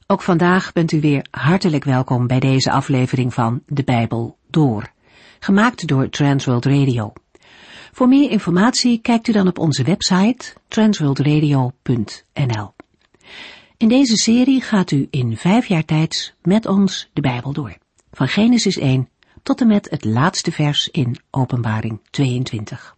Ook vandaag bent u weer hartelijk welkom bij deze aflevering van De Bijbel Door, gemaakt door Transworld Radio. Voor meer informatie kijkt u dan op onze website transworldradio.nl. In deze serie gaat u in 5 jaar tijd met ons de Bijbel door, van Genesis 1 tot en met het laatste vers in Openbaring 22.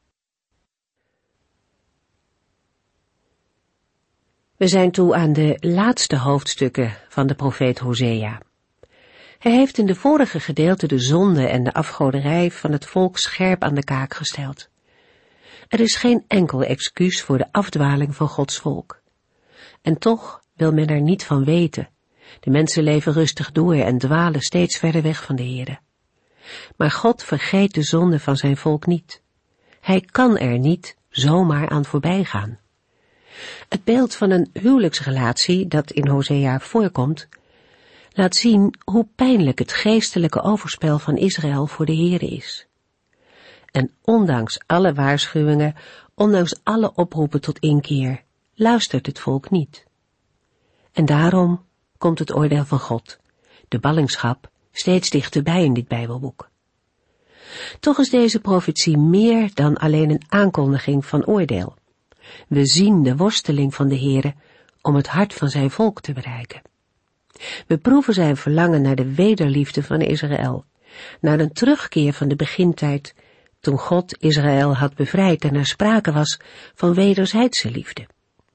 We zijn toe aan de laatste hoofdstukken van de profeet Hosea. Hij heeft in de vorige gedeelte de zonde en de afgoderij van het volk scherp aan de kaak gesteld. Er is geen enkel excuus voor de afdwaling van Gods volk. En toch wil men er niet van weten. De mensen leven rustig door en dwalen steeds verder weg van de Heere. Maar God vergeet de zonde van zijn volk niet. Hij kan er niet zomaar aan voorbij gaan. Het beeld van een huwelijksrelatie dat in Hosea voorkomt, laat zien hoe pijnlijk het geestelijke overspel van Israël voor de Heere is. En ondanks alle waarschuwingen, ondanks alle oproepen tot inkeer, luistert het volk niet. En daarom komt het oordeel van God, de ballingschap, steeds dichterbij in dit Bijbelboek. Toch is deze profetie meer dan alleen een aankondiging van oordeel. We zien de worsteling van de Heere om het hart van zijn volk te bereiken. We proeven zijn verlangen naar de wederliefde van Israël, naar een terugkeer van de begintijd, toen God Israël had bevrijd en er sprake was van wederzijdse liefde.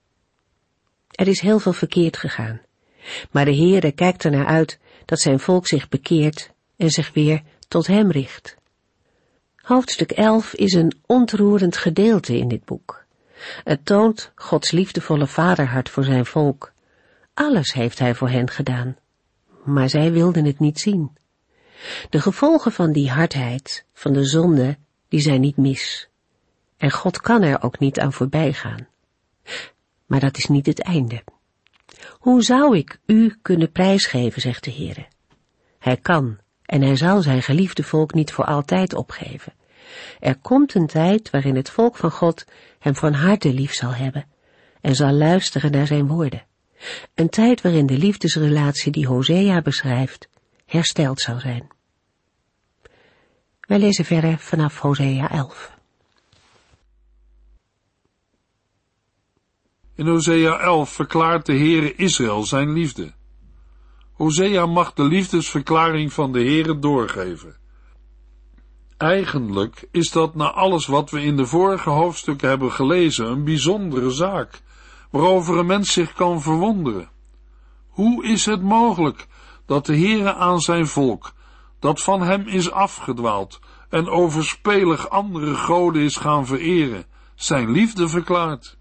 Er is heel veel verkeerd gegaan, maar de Heere kijkt ernaar uit dat zijn volk zich bekeert en zich weer tot hem richt. Hoofdstuk 11 is een ontroerend gedeelte in dit boek. Het toont Gods liefdevolle vaderhart voor zijn volk. Alles heeft hij voor hen gedaan, maar zij wilden het niet zien. De gevolgen van die hardheid, van de zonde, die zijn niet mis. En God kan er ook niet aan voorbij gaan. Maar dat is niet het einde. Hoe zou ik u kunnen prijsgeven, zegt de Heere. Hij kan en hij zal zijn geliefde volk niet voor altijd opgeven. Er komt een tijd waarin het volk van God hem van harte lief zal hebben en zal luisteren naar zijn woorden. Een tijd waarin de liefdesrelatie die Hosea beschrijft hersteld zal zijn. Wij lezen verder vanaf Hosea 11. In Hosea 11 verklaart de Heere Israël zijn liefde. Hosea mag de liefdesverklaring van de Heere doorgeven. Eigenlijk is dat na alles wat we in de vorige hoofdstukken hebben gelezen een bijzondere zaak, waarover een mens zich kan verwonderen. Hoe is het mogelijk dat de Heere aan zijn volk, dat van hem is afgedwaald en overspelig andere goden is gaan vereren, zijn liefde verklaart?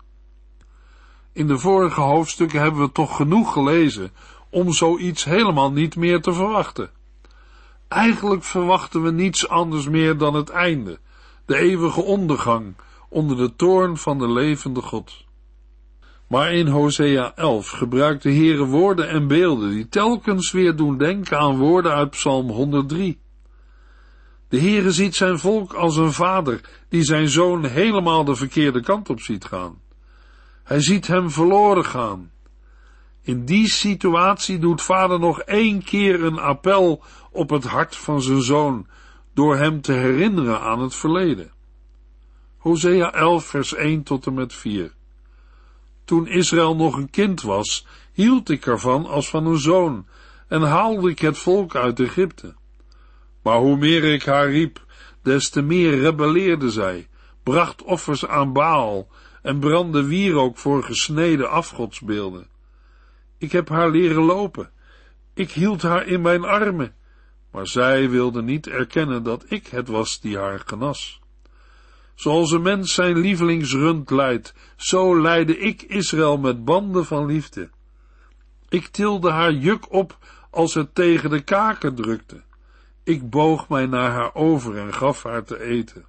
In de vorige hoofdstukken hebben we toch genoeg gelezen om zoiets helemaal niet meer te verwachten. Eigenlijk verwachten we niets anders meer dan het einde, de eeuwige ondergang onder de toorn van de levende God. Maar in Hosea 11 gebruikt de Heere woorden en beelden die telkens weer doen denken aan woorden uit Psalm 103. De Heere ziet zijn volk als een vader die zijn zoon helemaal de verkeerde kant op ziet gaan. Hij ziet hem verloren gaan. In die situatie doet vader nog 1 keer een appel op het hart van zijn zoon, door hem te herinneren aan het verleden. Hosea 11 vers 1 tot en met 4. Toen Israël nog een kind was, hield ik ervan als van een zoon, en haalde ik het volk uit Egypte. Maar hoe meer ik haar riep, des te meer rebelleerde zij, bracht offers aan Baal, en brandde wierook voor gesneden afgodsbeelden. Ik heb haar leren lopen, ik hield haar in mijn armen, maar zij wilde niet erkennen dat ik het was die haar genas. Zoals een mens zijn lievelingsrund leidt, zo leidde ik Israël met banden van liefde. Ik tilde haar juk op als het tegen de kaken drukte. Ik boog mij naar haar over en gaf haar te eten.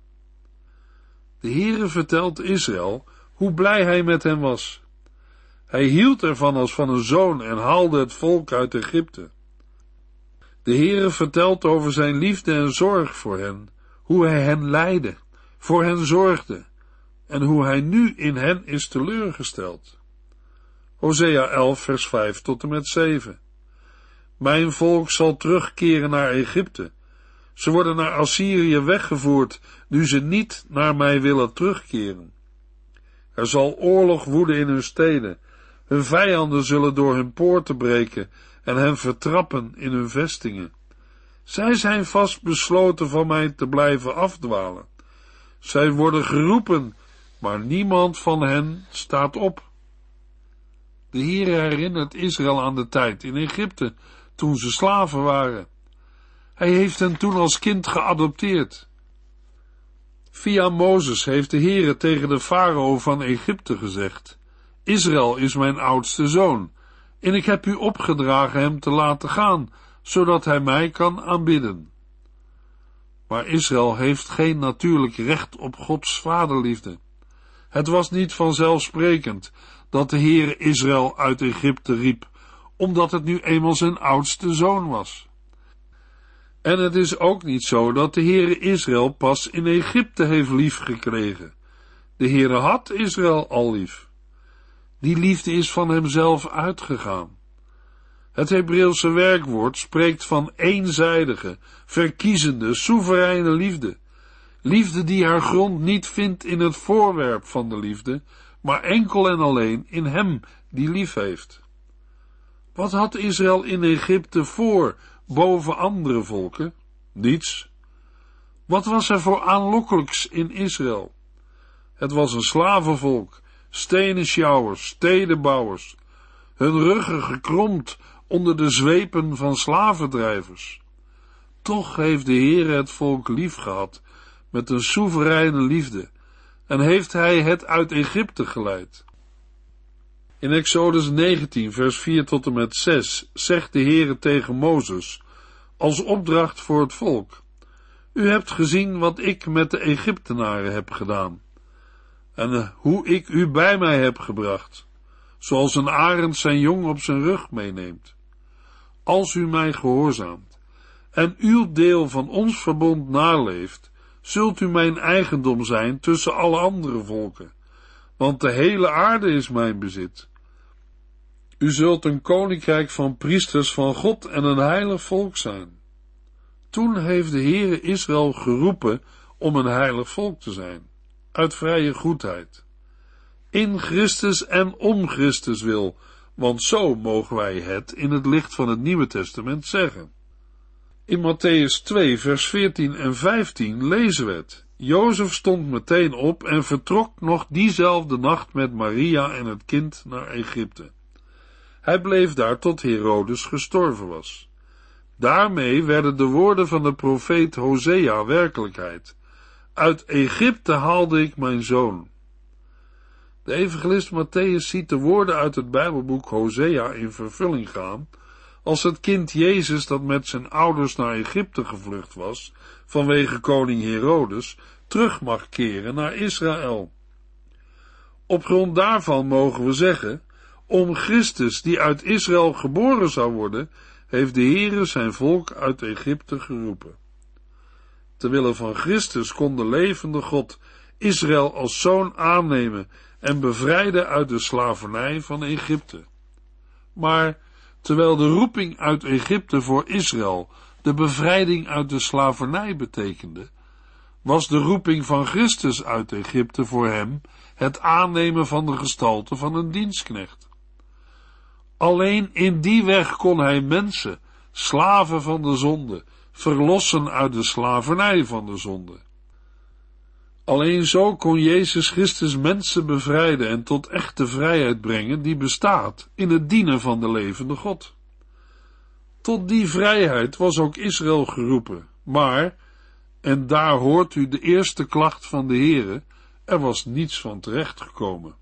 De Heere vertelt Israël hoe blij hij met hem was. Hij hield ervan als van een zoon en haalde het volk uit Egypte. De Heere vertelt over zijn liefde en zorg voor hen, hoe hij hen leidde, voor hen zorgde, en hoe hij nu in hen is teleurgesteld. Hosea 11 vers 5 tot en met 7. Mijn volk zal terugkeren naar Egypte. Ze worden naar Assyrië weggevoerd, nu ze niet naar mij willen terugkeren. Er zal oorlog woeden in hun steden. Hun vijanden zullen door hun poorten breken en hen vertrappen in hun vestingen. Zij zijn vastbesloten van mij te blijven afdwalen. Zij worden geroepen, maar niemand van hen staat op. De Heere herinnert Israël aan de tijd in Egypte, toen ze slaven waren. Hij heeft hen toen als kind geadopteerd. Via Mozes heeft de Heere tegen de farao van Egypte gezegd: Israël is mijn oudste zoon, en ik heb u opgedragen hem te laten gaan, zodat hij mij kan aanbidden. Maar Israël heeft geen natuurlijk recht op Gods vaderliefde. Het was niet vanzelfsprekend dat de Heere Israël uit Egypte riep, omdat het nu eenmaal zijn oudste zoon was. En het is ook niet zo dat de Heere Israël pas in Egypte heeft liefgekregen. De Heere had Israël al lief. Die liefde is van hemzelf uitgegaan. Het Hebreeuwse werkwoord spreekt van eenzijdige, verkiezende, soevereine liefde. Liefde die haar grond niet vindt in het voorwerp van de liefde, maar enkel en alleen in hem die lief heeft. Wat had Israël in Egypte voor boven andere volken? Niets. Wat was er voor aanlokkelijks in Israël? Het was een slavenvolk, stenensjouwers, stedenbouwers, hun ruggen gekromd onder de zweepen van slavendrijvers. Toch heeft de Heere het volk lief gehad met een soevereine liefde en heeft hij het uit Egypte geleid. In Exodus 19 vers 4 tot en met 6 zegt de Heere tegen Mozes als opdracht voor het volk: U hebt gezien wat ik met de Egyptenaren heb gedaan en hoe ik u bij mij heb gebracht, zoals een arend zijn jong op zijn rug meeneemt. Als u mij gehoorzaamt en uw deel van ons verbond naleeft, zult u mijn eigendom zijn tussen alle andere volken, want de hele aarde is mijn bezit. U zult een koninkrijk van priesters van God en een heilig volk zijn. Toen heeft de Heere Israël geroepen om een heilig volk te zijn, uit vrije goedheid. In Christus en om Christus wil, want zo mogen wij het in het licht van het Nieuwe Testament zeggen. In Mattheüs 2 vers 14 en 15 lezen we het: Jozef stond meteen op en vertrok nog diezelfde nacht met Maria en het kind naar Egypte. Hij bleef daar tot Herodes gestorven was. Daarmee werden de woorden van de profeet Hosea werkelijkheid: Uit Egypte haalde ik mijn zoon. De evangelist Mattheüs ziet de woorden uit het Bijbelboek Hosea in vervulling gaan, als het kind Jezus dat met zijn ouders naar Egypte gevlucht was, vanwege koning Herodes, terug mag keren naar Israël. Op grond daarvan mogen we zeggen: om Christus, die uit Israël geboren zou worden, heeft de Heere zijn volk uit Egypte geroepen. Terwille van Christus kon de levende God Israël als zoon aannemen en bevrijden uit de slavernij van Egypte. Maar terwijl de roeping uit Egypte voor Israël de bevrijding uit de slavernij betekende, was de roeping van Christus uit Egypte voor hem het aannemen van de gestalte van een dienstknecht. Alleen in die weg kon hij mensen, slaven van de zonde, verlossen uit de slavernij van de zonde. Alleen zo kon Jezus Christus mensen bevrijden en tot echte vrijheid brengen die bestaat in het dienen van de levende God. Tot die vrijheid was ook Israël geroepen, maar, en daar hoort u de eerste klacht van de Heere, er was niets van terecht gekomen.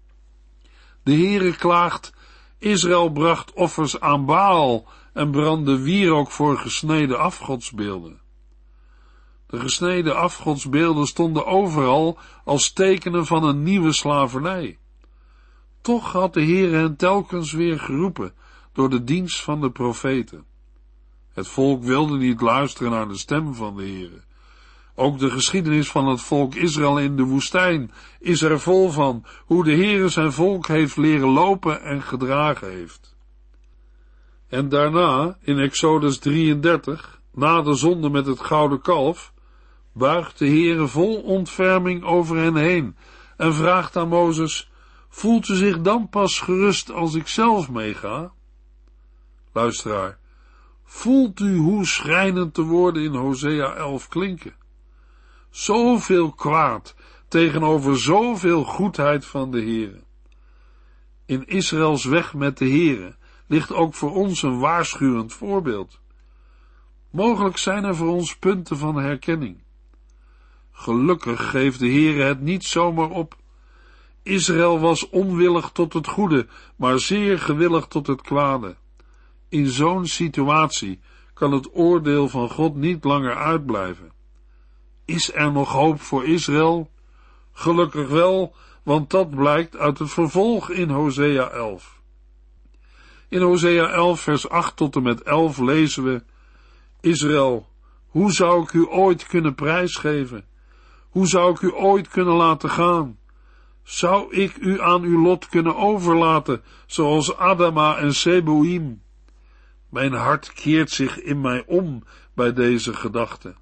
De Heere klaagt: Israël bracht offers aan Baal en brandde wierook voor gesneden afgodsbeelden. De gesneden afgodsbeelden stonden overal als tekenen van een nieuwe slavernij. Toch had de Heere hen telkens weer geroepen door de dienst van de profeten. Het volk wilde niet luisteren naar de stem van de Heere. Ook de geschiedenis van het volk Israël in de woestijn is er vol van hoe de Heere zijn volk heeft leren lopen en gedragen heeft. En daarna, in Exodus 33, na de zonde met het gouden kalf, buigt de Heere vol ontferming over hen heen en vraagt aan Mozes: voelt u zich dan pas gerust als ik zelf meega? Luisteraar, voelt u hoe schrijnend de woorden in Hosea 11 klinken? Zoveel kwaad tegenover zoveel goedheid van de Heere. In Israëls weg met de Heere ligt ook voor ons een waarschuwend voorbeeld. Mogelijk zijn er voor ons punten van herkenning. Gelukkig geeft de Heere het niet zomaar op. Israël was onwillig tot het goede, maar zeer gewillig tot het kwade. In zo'n situatie kan het oordeel van God niet langer uitblijven. Is er nog hoop voor Israël? Gelukkig wel, want dat blijkt uit het vervolg in Hosea 11. In Hosea 11 vers 8 tot en met 11 lezen we: Israël, hoe zou ik u ooit kunnen prijsgeven? Hoe zou ik u ooit kunnen laten gaan? Zou ik u aan uw lot kunnen overlaten, zoals Adama en Seboïm? Mijn hart keert zich in mij om bij deze gedachte.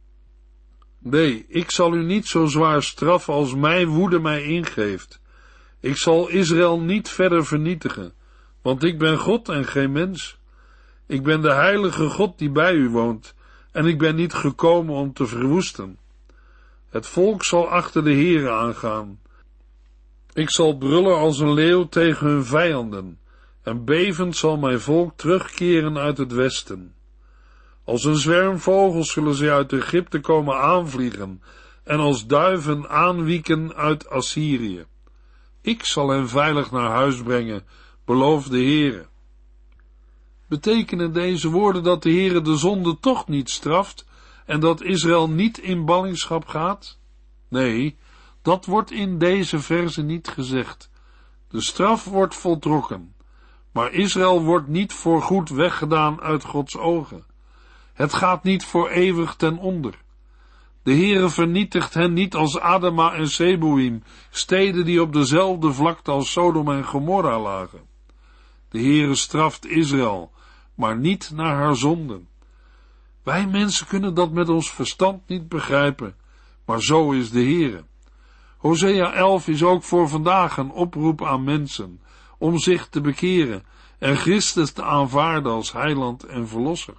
Nee, ik zal u niet zo zwaar straffen als mijn woede mij ingeeft. Ik zal Israël niet verder vernietigen, want ik ben God en geen mens. Ik ben de heilige God die bij u woont, en ik ben niet gekomen om te verwoesten. Het volk zal achter de Heere aangaan. Ik zal brullen als een leeuw tegen hun vijanden, en bevend zal mijn volk terugkeren uit het westen. Als een zwerm vogels zullen ze uit Egypte komen aanvliegen, en als duiven aanwieken uit Assyrië. Ik zal hen veilig naar huis brengen, belooft de Heere. Betekenen deze woorden dat de Heere de zonde toch niet straft, en dat Israël niet in ballingschap gaat? Nee, dat wordt in deze verse niet gezegd. De straf wordt voltrokken, maar Israël wordt niet voorgoed weggedaan uit Gods ogen. Het gaat niet voor eeuwig ten onder. De Heere vernietigt hen niet als Adama en Seboïm, steden die op dezelfde vlakte als Sodom en Gomorra lagen. De Heere straft Israël, maar niet naar haar zonden. Wij mensen kunnen dat met ons verstand niet begrijpen, maar zo is de Heere. Hosea 11 is ook voor vandaag een oproep aan mensen om zich te bekeren en Christus te aanvaarden als heiland en verlosser.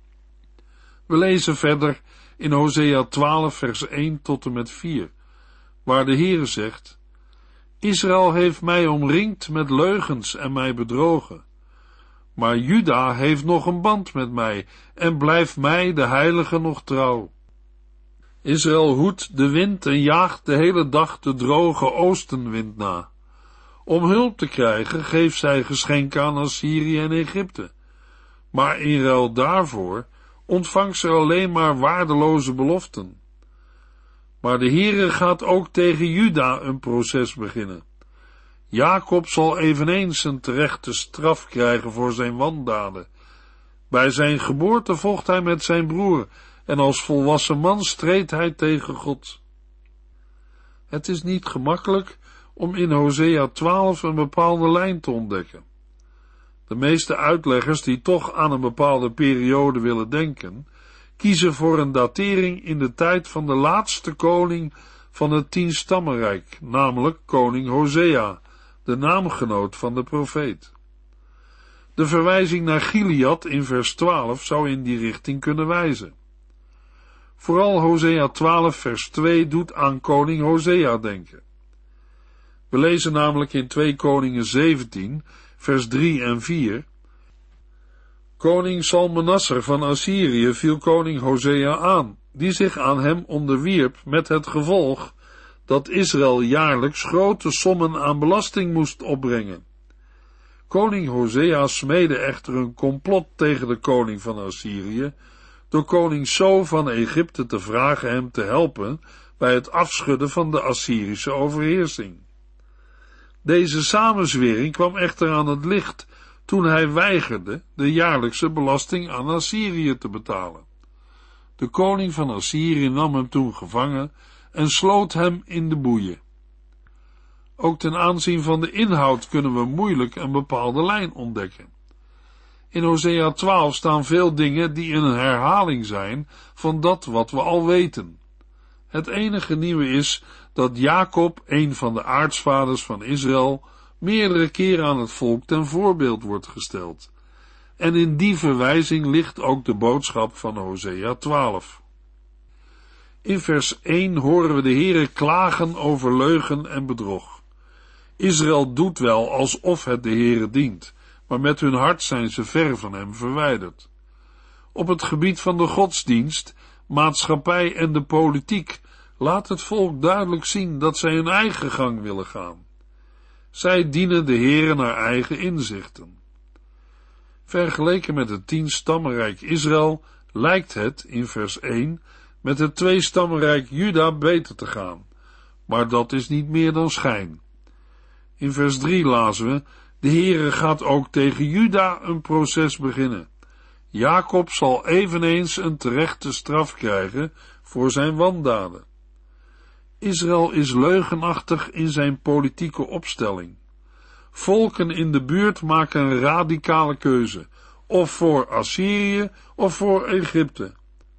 We lezen verder in Hosea 12 vers 1 tot en met 4, waar de Heere zegt: Israël heeft mij omringd met leugens en mij bedrogen. Maar Juda heeft nog een band met mij en blijft mij, de heilige, nog trouw. Israël hoedt de wind en jaagt de hele dag de droge oostenwind na. Om hulp te krijgen geeft zij geschenken aan Assyrië en Egypte. Maar in ruil daarvoor ontvangt ze alleen maar waardeloze beloften. Maar de Heere gaat ook tegen Juda een proces beginnen. Jacob zal eveneens een terechte straf krijgen voor zijn wandaden. Bij zijn geboorte vocht hij met zijn broer, en als volwassen man streed hij tegen God. Het is niet gemakkelijk om in Hosea 12 een bepaalde lijn te ontdekken. De meeste uitleggers die toch aan een bepaalde periode willen denken, kiezen voor een datering in de tijd van de laatste koning van het 10-stammenrijk, namelijk koning Hosea, de naamgenoot van de profeet. De verwijzing naar Gilead in vers 12 zou in die richting kunnen wijzen. Vooral Hosea 12 vers 2 doet aan koning Hosea denken. We lezen namelijk in 2 Koningen 17 vers 3 en 4: Koning Salmanasser van Assyrië viel koning Hosea aan, die zich aan hem onderwierp, met het gevolg dat Israël jaarlijks grote sommen aan belasting moest opbrengen. Koning Hosea smeedde echter een complot tegen de koning van Assyrië, door koning So van Egypte te vragen hem te helpen bij het afschudden van de Assyrische overheersing. Deze samenzwering kwam echter aan het licht toen hij weigerde de jaarlijkse belasting aan Assyrië te betalen. De koning van Assyrië nam hem toen gevangen en sloot hem in de boeien. Ook ten aanzien van de inhoud kunnen we moeilijk een bepaalde lijn ontdekken. In Hosea 12 staan veel dingen die een herhaling zijn van dat wat we al weten. Het enige nieuwe is dat Jacob, een van de aartsvaders van Israël, meerdere keren aan het volk ten voorbeeld wordt gesteld. En in die verwijzing ligt ook de boodschap van Hosea 12. In vers 1 horen we de Heere klagen over leugen en bedrog. Israël doet wel alsof het de Heere dient, maar met hun hart zijn ze ver van hem verwijderd. Op het gebied van de godsdienst, maatschappij en de politiek laat het volk duidelijk zien dat zij hun eigen gang willen gaan. Zij dienen de Heere naar eigen inzichten. Vergeleken met het 10-stammenrijk Israël lijkt het, in vers 1, met het 2-stammenrijk Juda beter te gaan, maar dat is niet meer dan schijn. In vers 3 lazen we, de Heere gaat ook tegen Juda een proces beginnen. Jacob zal eveneens een terechte straf krijgen voor zijn wandaden. Israël is leugenachtig in zijn politieke opstelling. Volken in de buurt maken een radicale keuze, of voor Assyrië of voor Egypte.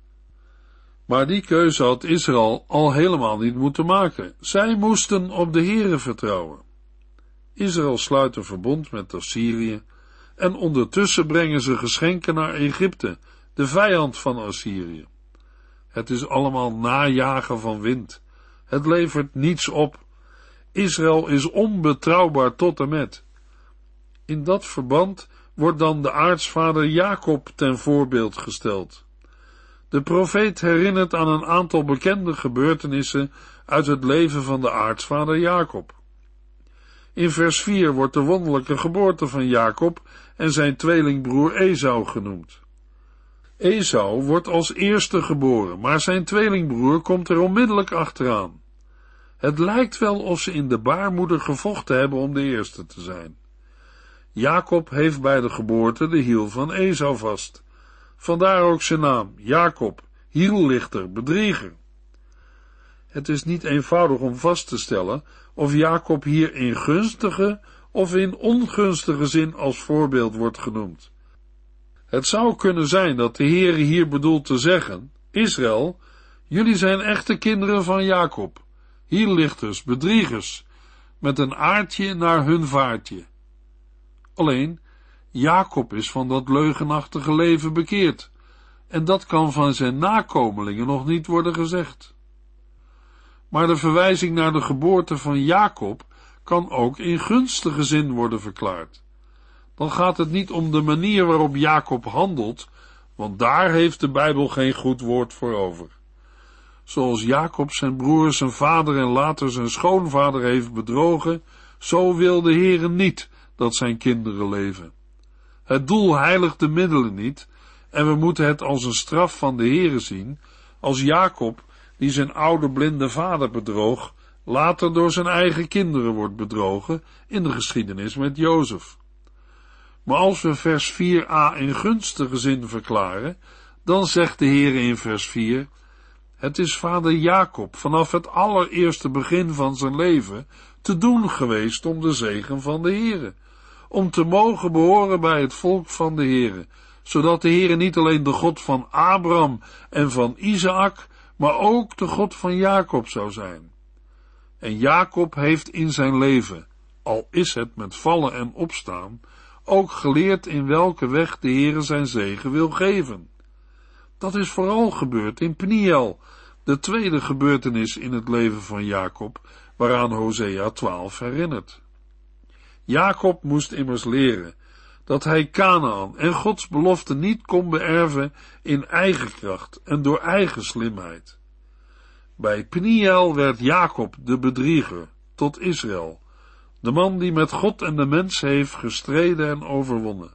Maar die keuze had Israël al helemaal niet moeten maken. Zij moesten op de Heere vertrouwen. Israël sluit een verbond met Assyrië en ondertussen brengen ze geschenken naar Egypte, de vijand van Assyrië. Het is allemaal najagen van wind. Het levert niets op. Israël is onbetrouwbaar tot en met. In dat verband wordt dan de aartsvader Jacob ten voorbeeld gesteld. De profeet herinnert aan een aantal bekende gebeurtenissen uit het leven van de aartsvader Jacob. In vers 4 wordt de wonderlijke geboorte van Jacob en zijn tweelingbroer Esau genoemd. Esau wordt als eerste geboren, maar zijn tweelingbroer komt er onmiddellijk achteraan. Het lijkt wel of ze in de baarmoeder gevochten hebben om de eerste te zijn. Jacob heeft bij de geboorte de hiel van Esau vast. Vandaar ook zijn naam, Jacob, hiellichter, bedrieger. Het is niet eenvoudig om vast te stellen of Jacob hier in gunstige of in ongunstige zin als voorbeeld wordt genoemd. Het zou kunnen zijn dat de Heere hier bedoelt te zeggen, Israël, jullie zijn echte kinderen van Jacob, hiellichters, bedriegers, met een aardje naar hun vaartje. Alleen, Jacob is van dat leugenachtige leven bekeerd, en dat kan van zijn nakomelingen nog niet worden gezegd. Maar de verwijzing naar de geboorte van Jacob kan ook in gunstige zin worden verklaard. Dan gaat het niet om de manier waarop Jacob handelt, want daar heeft de Bijbel geen goed woord voor over. Zoals Jacob zijn broer, zijn vader en later zijn schoonvader heeft bedrogen, zo wil de Heere niet dat zijn kinderen leven. Het doel heiligt de middelen niet, en we moeten het als een straf van de Heere zien, als Jacob, die zijn oude blinde vader bedroog, later door zijn eigen kinderen wordt bedrogen in de geschiedenis met Jozef. Maar als we vers 4a in gunstige zin verklaren, dan zegt de Heere in vers 4, het is vader Jacob vanaf het allereerste begin van zijn leven te doen geweest om de zegen van de Heere, om te mogen behoren bij het volk van de Heere, zodat de Heere niet alleen de God van Abraham en van Isaak, maar ook de God van Jacob zou zijn. En Jacob heeft in zijn leven, al is het met vallen en opstaan, ook geleerd in welke weg de Heere zijn zegen wil geven. Dat is vooral gebeurd in Pniel, de tweede gebeurtenis in het leven van Jacob, waaraan Hosea 12 herinnert. Jacob moest immers leren dat hij Kanaan en Gods belofte niet kon beërven in eigen kracht en door eigen slimheid. Bij Pniel werd Jacob de bedrieger tot Israël, de man die met God en de mens heeft gestreden en overwonnen.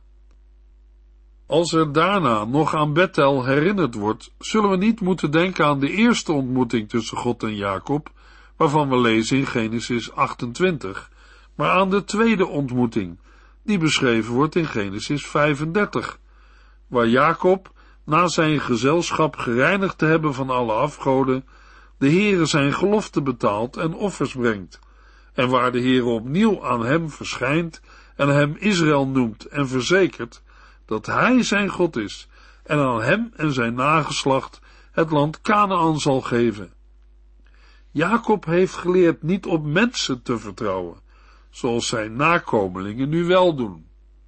Als er daarna nog aan Bethel herinnerd wordt, zullen we niet moeten denken aan de eerste ontmoeting tussen God en Jacob, waarvan we lezen in Genesis 28, maar aan de tweede ontmoeting, die beschreven wordt in Genesis 35, waar Jacob na zijn gezelschap gereinigd te hebben van alle afgoden, de Heere zijn gelofte betaalt en offers brengt, en waar de Heere opnieuw aan hem verschijnt en hem Israël noemt en verzekert dat hij zijn God is en aan hem en zijn nageslacht het land Kanaan zal geven. Jacob heeft geleerd niet op mensen te vertrouwen, zoals zijn nakomelingen nu wel doen.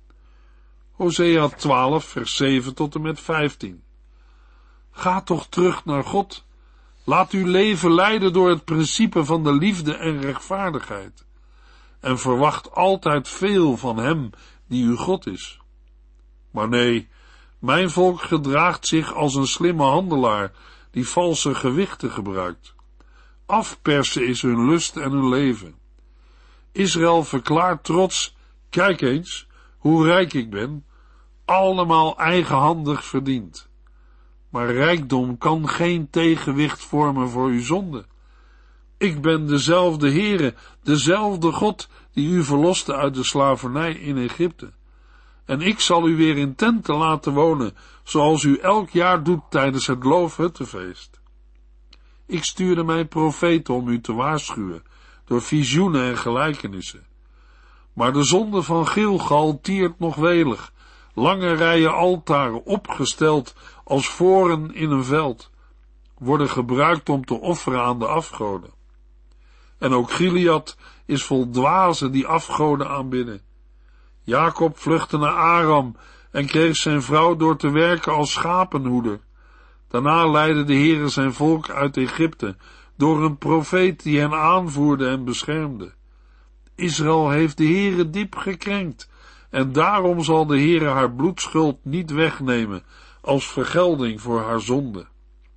Hosea 12, vers 7 tot en met 15. Ga toch terug naar God. Laat uw leven leiden door het principe van de liefde en rechtvaardigheid. En verwacht altijd veel van hem die uw God is. Maar nee, mijn volk gedraagt zich als een slimme handelaar die valse gewichten gebruikt. Afpersen is hun lust en hun leven. Israël verklaart trots, kijk eens hoe rijk ik ben, allemaal eigenhandig verdiend. Maar rijkdom kan geen tegenwicht vormen voor uw zonde. Ik ben dezelfde Heere, dezelfde God die u verloste uit de slavernij in Egypte. En ik zal u weer in tenten laten wonen, zoals u elk jaar doet tijdens het Loofhuttenfeest. Ik stuurde mijn profeten om u te waarschuwen, door visioenen en gelijkenissen. Maar de zonde van Gilgal tiert nog welig, lange rijen altaren, opgesteld als voren in een veld, worden gebruikt om te offeren aan de afgoden. En ook Gilead is vol dwazen die afgoden aanbidden. Jacob vluchtte naar Aram en kreeg zijn vrouw door te werken als schapenhoeder. Daarna leidde de Heere zijn volk uit Egypte door een profeet die hen aanvoerde en beschermde. Israël heeft de Heere diep gekrenkt en daarom zal de Heere haar bloedschuld niet wegnemen als vergelding voor haar zonde.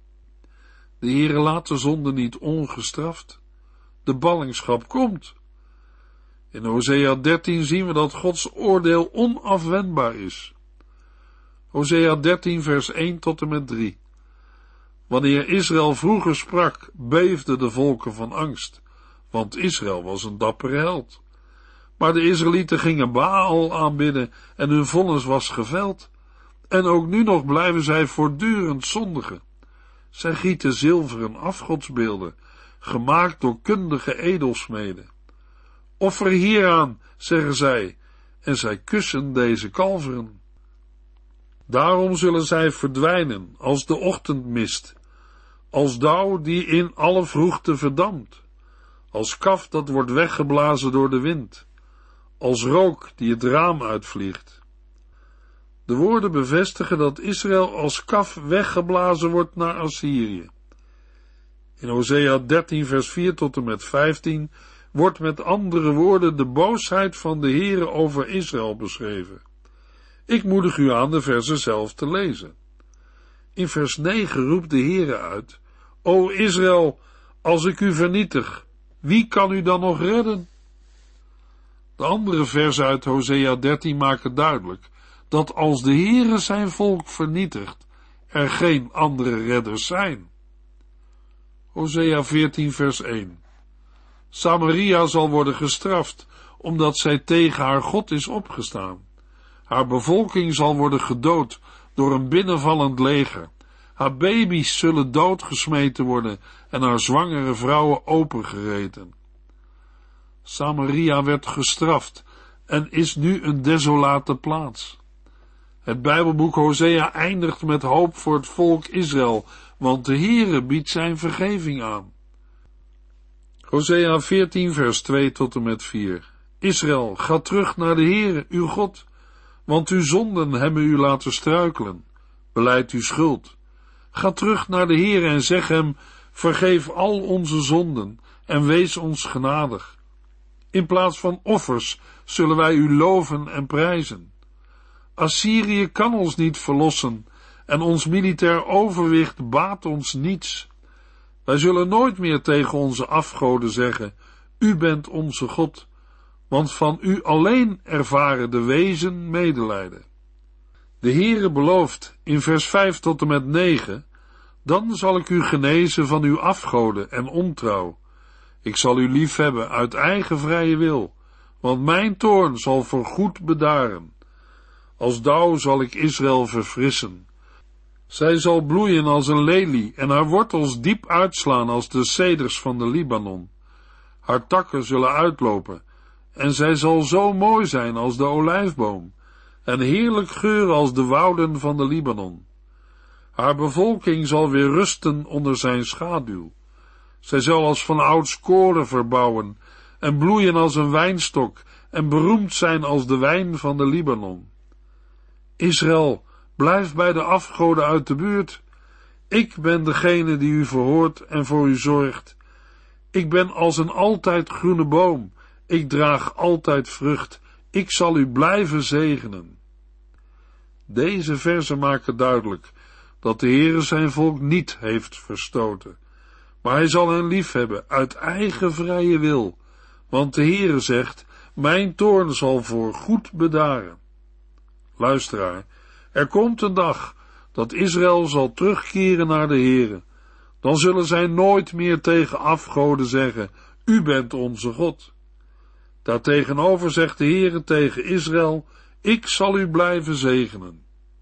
De Heere laat de zonde niet ongestraft. De ballingschap komt. In Hosea 13 zien we dat Gods oordeel onafwendbaar is. Hosea 13 vers 1 tot en met 3. Wanneer Israël vroeger sprak, beefden de volken van angst, want Israël was een dappere held. Maar de Israëlieten gingen Baal aanbidden en hun vonnis was geveld. En ook nu nog blijven zij voortdurend zondigen. Zij gieten zilveren afgodsbeelden, gemaakt door kundige edelsmeden. Offer hieraan, zeggen zij, en zij kussen deze kalveren. Daarom zullen zij verdwijnen als de ochtendmist, als dauw die in alle vroegte verdampt, als kaf dat wordt weggeblazen door de wind, als rook die het raam uitvliegt. De woorden bevestigen dat Israël als kaf weggeblazen wordt naar Assyrië. In Hosea 13 vers 4 tot en met 15 wordt met andere woorden de boosheid van de Heere over Israël beschreven. Ik moedig u aan de versen zelf te lezen. In vers 9 roept de Heere uit: O Israël, als ik u vernietig, wie kan u dan nog redden? De andere versen uit Hosea 13 maken duidelijk dat als de Heere zijn volk vernietigt, er geen andere redders zijn. Hosea 14 vers 1. Samaria zal worden gestraft, omdat zij tegen haar God is opgestaan. Haar bevolking zal worden gedood door een binnenvallend leger. Haar baby's zullen doodgesmeten worden en haar zwangere vrouwen opengereten. Samaria werd gestraft en is nu een desolate plaats. Het Bijbelboek Hosea eindigt met hoop voor het volk Israël, want de Heere biedt zijn vergeving aan. Hosea 14 vers 2 tot en met 4. Israël, ga terug naar de Heere, uw God, want uw zonden hebben u laten struikelen. Belijd uw schuld. Ga terug naar de Heere en zeg hem: vergeef al onze zonden en wees ons genadig. In plaats van offers zullen wij u loven en prijzen. Assyrië kan ons niet verlossen en ons militair overwicht baat ons niets. Wij zullen nooit meer tegen onze afgoden zeggen: u bent onze God, want van u alleen ervaren de wezen medelijden. De Heere belooft in vers 5 tot en met 9: dan zal ik u genezen van uw afgoden en ontrouw. Ik zal u liefhebben uit eigen vrije wil, want mijn toorn zal voorgoed bedaren. Als dauw zal ik Israël verfrissen. Zij zal bloeien als een lelie en haar wortels diep uitslaan als de ceders van de Libanon. Haar takken zullen uitlopen en zij zal zo mooi zijn als de olijfboom en heerlijk geuren als de wouden van de Libanon. Haar bevolking zal weer rusten onder zijn schaduw. Zij zal als van ouds koren verbouwen en bloeien als een wijnstok en beroemd zijn als de wijn van de Libanon. Israël, blijf bij de afgoden uit de buurt. Ik ben degene die u verhoort en voor u zorgt. Ik ben als een altijd groene boom. Ik draag altijd vrucht. Ik zal u blijven zegenen. Deze verzen maken duidelijk dat de Heere zijn volk niet heeft verstoten. Maar hij zal hen liefhebben uit eigen vrije wil. Want de Heere zegt, mijn toorn zal voor goed bedaren. Luisteraar, er komt een dag dat Israël zal terugkeren naar de Heere. Dan zullen zij nooit meer tegen afgoden zeggen, u bent onze God. Daartegenover zegt de Heere tegen Israël, ik zal u blijven zegenen.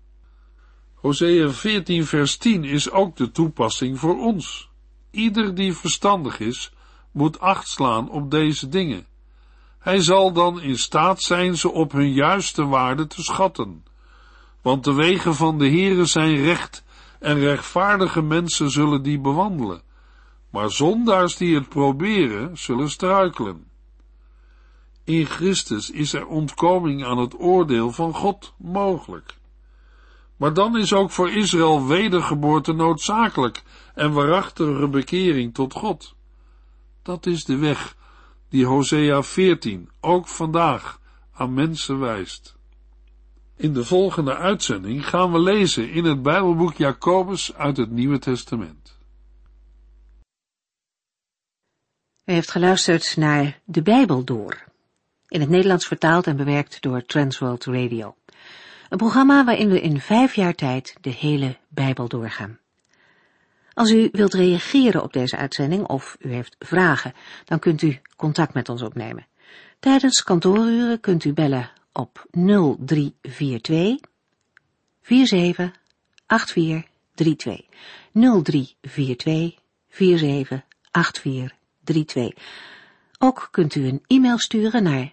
Hosea 14 vers 10 is ook de toepassing voor ons. Ieder die verstandig is, moet acht slaan op deze dingen. Hij zal dan in staat zijn ze op hun juiste waarde te schatten. Want de wegen van de Heere zijn recht en rechtvaardige mensen zullen die bewandelen. Maar zondaars die het proberen, zullen struikelen. In Christus is er ontkoming aan het oordeel van God mogelijk. Maar dan is ook voor Israël wedergeboorte noodzakelijk en waarachtige bekering tot God. Dat is de weg die Hosea 14 ook vandaag aan mensen wijst. In de volgende uitzending gaan we lezen in het Bijbelboek Jacobus uit het Nieuwe Testament. U heeft geluisterd naar De Bijbel Door, in het Nederlands vertaald en bewerkt door Transworld Radio. Een programma waarin we in 5 jaar tijd de hele Bijbel doorgaan. Als u wilt reageren op deze uitzending of u heeft vragen, dan kunt u contact met ons opnemen. Tijdens kantooruren kunt u bellen op 0342 478432. 0342 478432. Ook kunt u een e-mail sturen naar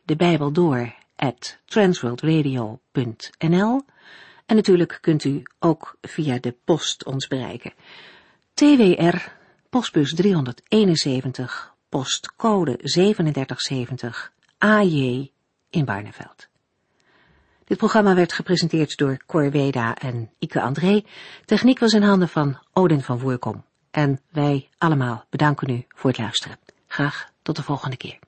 debijbeldoor@transworldradio.nl en natuurlijk kunt u ook via de post ons bereiken. TWR, postbus 371, postcode 3770, AJ in Barneveld. Dit programma werd gepresenteerd door Cor Weda en Ike André. Techniek was in handen van Odin van Voerkom. En wij allemaal bedanken u voor het luisteren. Graag tot de volgende keer.